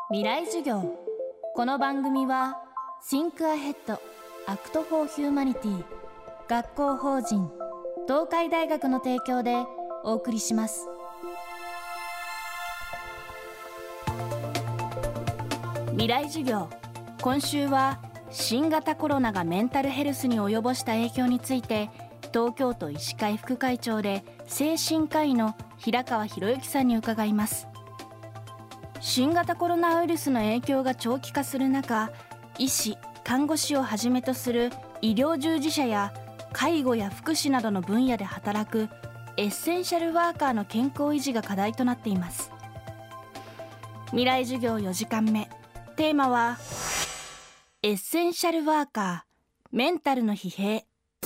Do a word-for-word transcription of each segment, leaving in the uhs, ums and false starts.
未来授業。この番組は Think Ahead Act for Humanity 学校法人東海大学の提供でお送りします。未来授業。今週は新型コロナがメンタルヘルスに及ぼした影響について、東京都医師会副会長で精神科医の平川博之さんに伺います。新型コロナウイルスの影響が長期化する中、医師・看護師をはじめとする医療従事者や介護や福祉などの分野で働くエッセンシャルワーカーの健康維持が課題となっています。未来授業よじかんめ、テーマはエッセンシャルワーカー、メンタルの疲弊。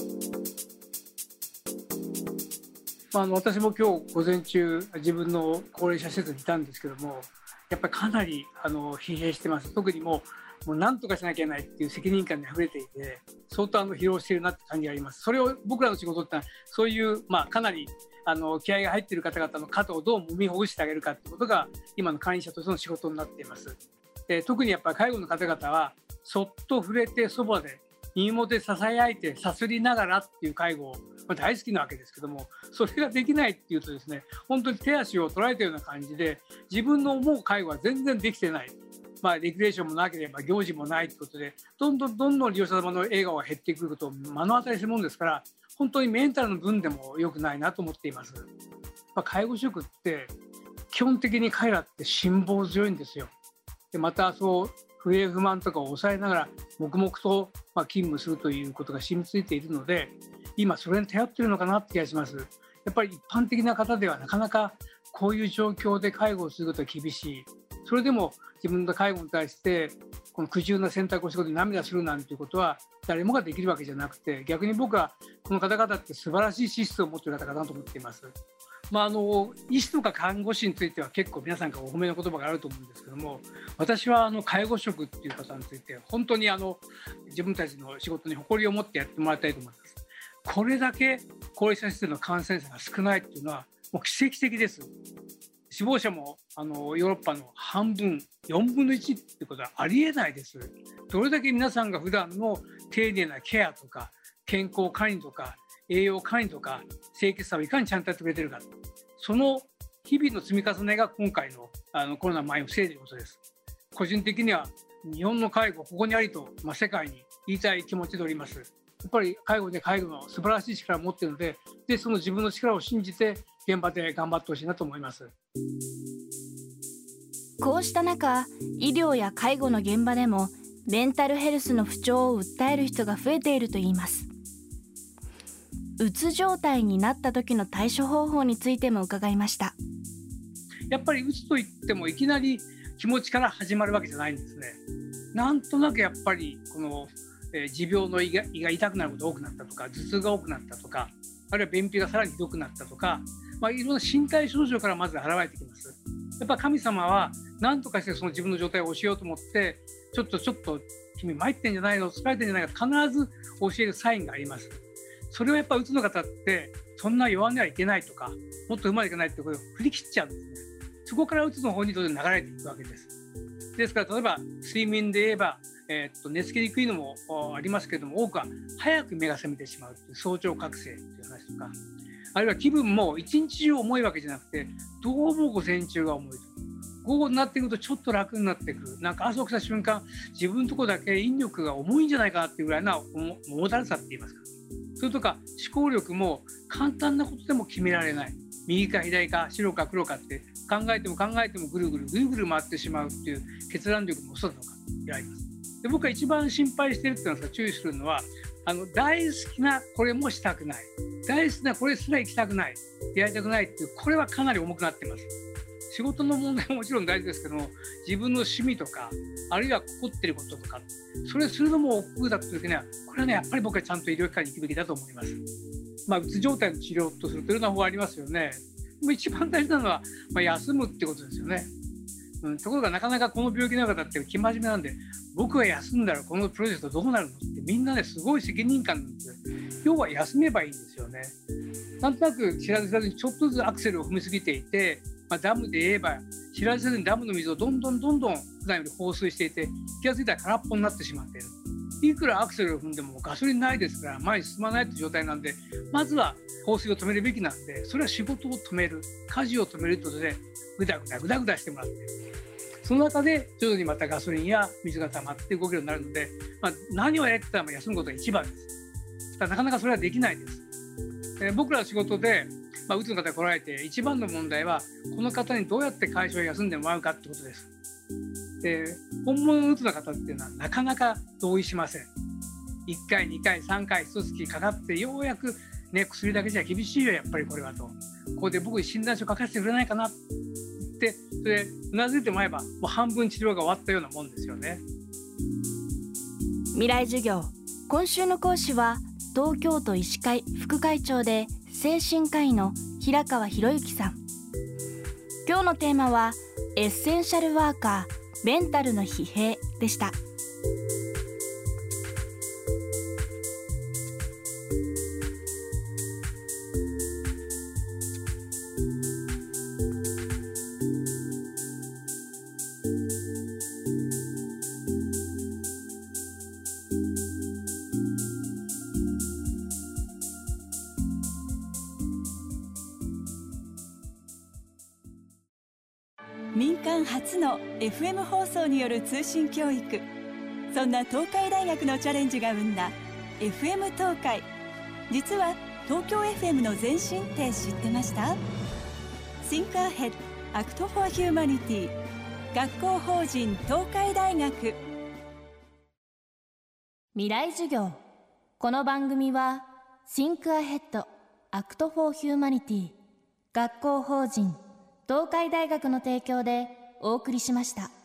あの私も今日午前中自分の高齢者施設にいたんですけども、やっぱりかなりあの疲弊してます。特にもう、もう何とかしなきゃいけないっていう責任感にあふれていて、相当あの疲労しているなって感じがあります。それを僕らの仕事ってのはそういう、まあ、かなりあの気合が入っている方々の肩をどう揉みほぐしてあげるかってことが今の管理者としての仕事になっています。で、特にやっぱり介護の方々はそっと触れてそばで耳元で支え合えてさすりながらっていう介護を大好きなわけですけども、それができないっていうとですね、本当に手足を捉えたような感じで自分の思う介護は全然できてない、まあ、レクリエーションもなければ行事もないということで、どんどんどんどん利用者様の笑顔が減ってくることを目の当たりするものですから、本当にメンタルの分でも良くないなと思っています。まあ、介護職って基本的に彼らって辛抱強いんですよ。でまたそう不平不満とかを抑えながら黙々とまあ勤務するということが染みついているので、今それに頼っているのかなって気がします。やっぱり一般的な方ではなかなかこういう状況で介護をすることは厳しい。それでも自分の介護に対してこの苦渋な選択をしたことで涙するなんていうことは誰もができるわけじゃなくて、逆に僕はこの方々って素晴らしい資質を持っている方々だと思っています。まあ、あの医師とか看護師については結構皆さんからお褒めの言葉があると思うんですけども、私はあの介護職っていう方について本当にあの自分たちの仕事に誇りを持ってやってもらいたいと思います。これだけ高齢者施設の感染者が少ないっていうのはもう奇跡的です。死亡者もあのヨーロッパの半分よんぶんのいちっていうことはありえないです。どれだけ皆さんが普段の丁寧なケアとか健康管理とか栄養管理とか清潔さをいかにちゃんとやってくれてるか、その日々の積み重ねが今回 の, あのコロナ前を防いでいることです。個人的には日本の介護ここにありと、まあ、世界に言いたい気持ちでおります。やっぱり介護で介護の素晴らしい力を持っているので、でその自分の力を信じて現場で頑張ってほしいなと思います。 こうした中、医療や介護の現場でもメンタルヘルスの不調を訴える人が増えているといいます。うつ状態になった時の対処方法についても伺いました。 やっぱりうつといってもいきなり気持ちから始まるわけじゃないんですね。なんとなくやっぱりこの、えー、持病の胃が、胃が痛くなることが多くなったとか、頭痛が多くなったとか、あるいは便秘がさらにひどくなったとか、まあ、いろんな身体症状からまず現れてきます。やっぱ神様は何とかしてその自分の状態を教えようと思って、ちょっとちょっと君参ってんじゃないの、疲れてんじゃないか、必ず教えるサインがあります。それをやっぱうつの方ってそんな弱音はいけないとか、もっとうまくいかないってことを振り切っちゃうんですね。そこからうつの方にどんどん流れていくわけです。ですから例えば睡眠で言えば、えー、っと寝つきにくいのもありますけれども、多くは早く目が覚めてしまうという早朝覚醒という話とか、あるいは気分も一日中重いわけじゃなくて、どうも午前中が重いと、午後になってくるとちょっと楽になってくる、なんか朝起きた瞬間自分のところだけ引力が重いんじゃないかなっていうぐらいな重だるさって言いますか。それとか思考力も簡単なことでも決められない、右か左か白か黒かって考えても考えてもぐるぐるぐるぐる回ってしまうっていう決断力もそうだとか言われます。で僕が一番心配しているっていうのは、注意するのは、あの大好きなこれもしたくない、大好きなこれすら行きたくない、やりたくないっていう、これはかなり重くなっています。仕事の問題ももちろん大事ですけども、自分の趣味とか、あるいは凝ってることとか、それするのも億劫だった時には、これはねやっぱり僕はちゃんと医療機関に行くべきだと思います。まあ、うつ状態の治療とするというような方がありますよね。でも一番大事なのは、まあ、休むってことですよね。うん、ところがなかなかこの病気の方って生真面目なんで、僕は休んだらこのプロジェクトどうなるのってみんなねすごい責任感なんですよ。要は休めばいいんですよね。なんとなく知らず知らずにちょっとずつアクセルを踏みすぎていて、 まあ、ダムで言えば知らずにダムの水をどんどんどんどん普段より放水していて、気が付いたら空っぽになってしまっている。いくらアクセルを踏んでもガソリンないですから前に進まないという状態なんで、まずは放水を止めるべきなんで、それは仕事を止める、家事を止めるということでぐだぐだぐだぐだしてもらって、その中で徐々にまたガソリンや水が溜まって動けるようになるので、まあ、何をやってたら休むことが一番です。ただなかなかそれはできないです。えー、僕らの仕事で、まあ、うつの方が来られて一番の問題はこの方にどうやって会社を休んでもらうかってことです。で、本物のうつの方っていうのはなかなか同意しません。いっかいにかいさんかいひとつきかかってようやく、ね、薬だけじゃ厳しいよやっぱりこれはと、ここで僕に診断書書かせてくれないかなってそれでうなずいてもらえばもう半分治療が終わったようなもんですよね。 未来授業、今週の講師は東京都医師会副会長で精神科医の平川博之さん。今日のテーマはエッセンシャルワーカーメンタルの疲弊でした。 民間初の エフエム 放送による通信教育、そんな東海大学のチャレンジが生んだ エフエム 東海。実は東京 エフエム の前身って知ってました？ Think Ahead Act for Humanity 学校法人東海大学。 未来授業、この番組は Think Ahead Act for Humanity 学校法人東海大学の提供でお送りしました。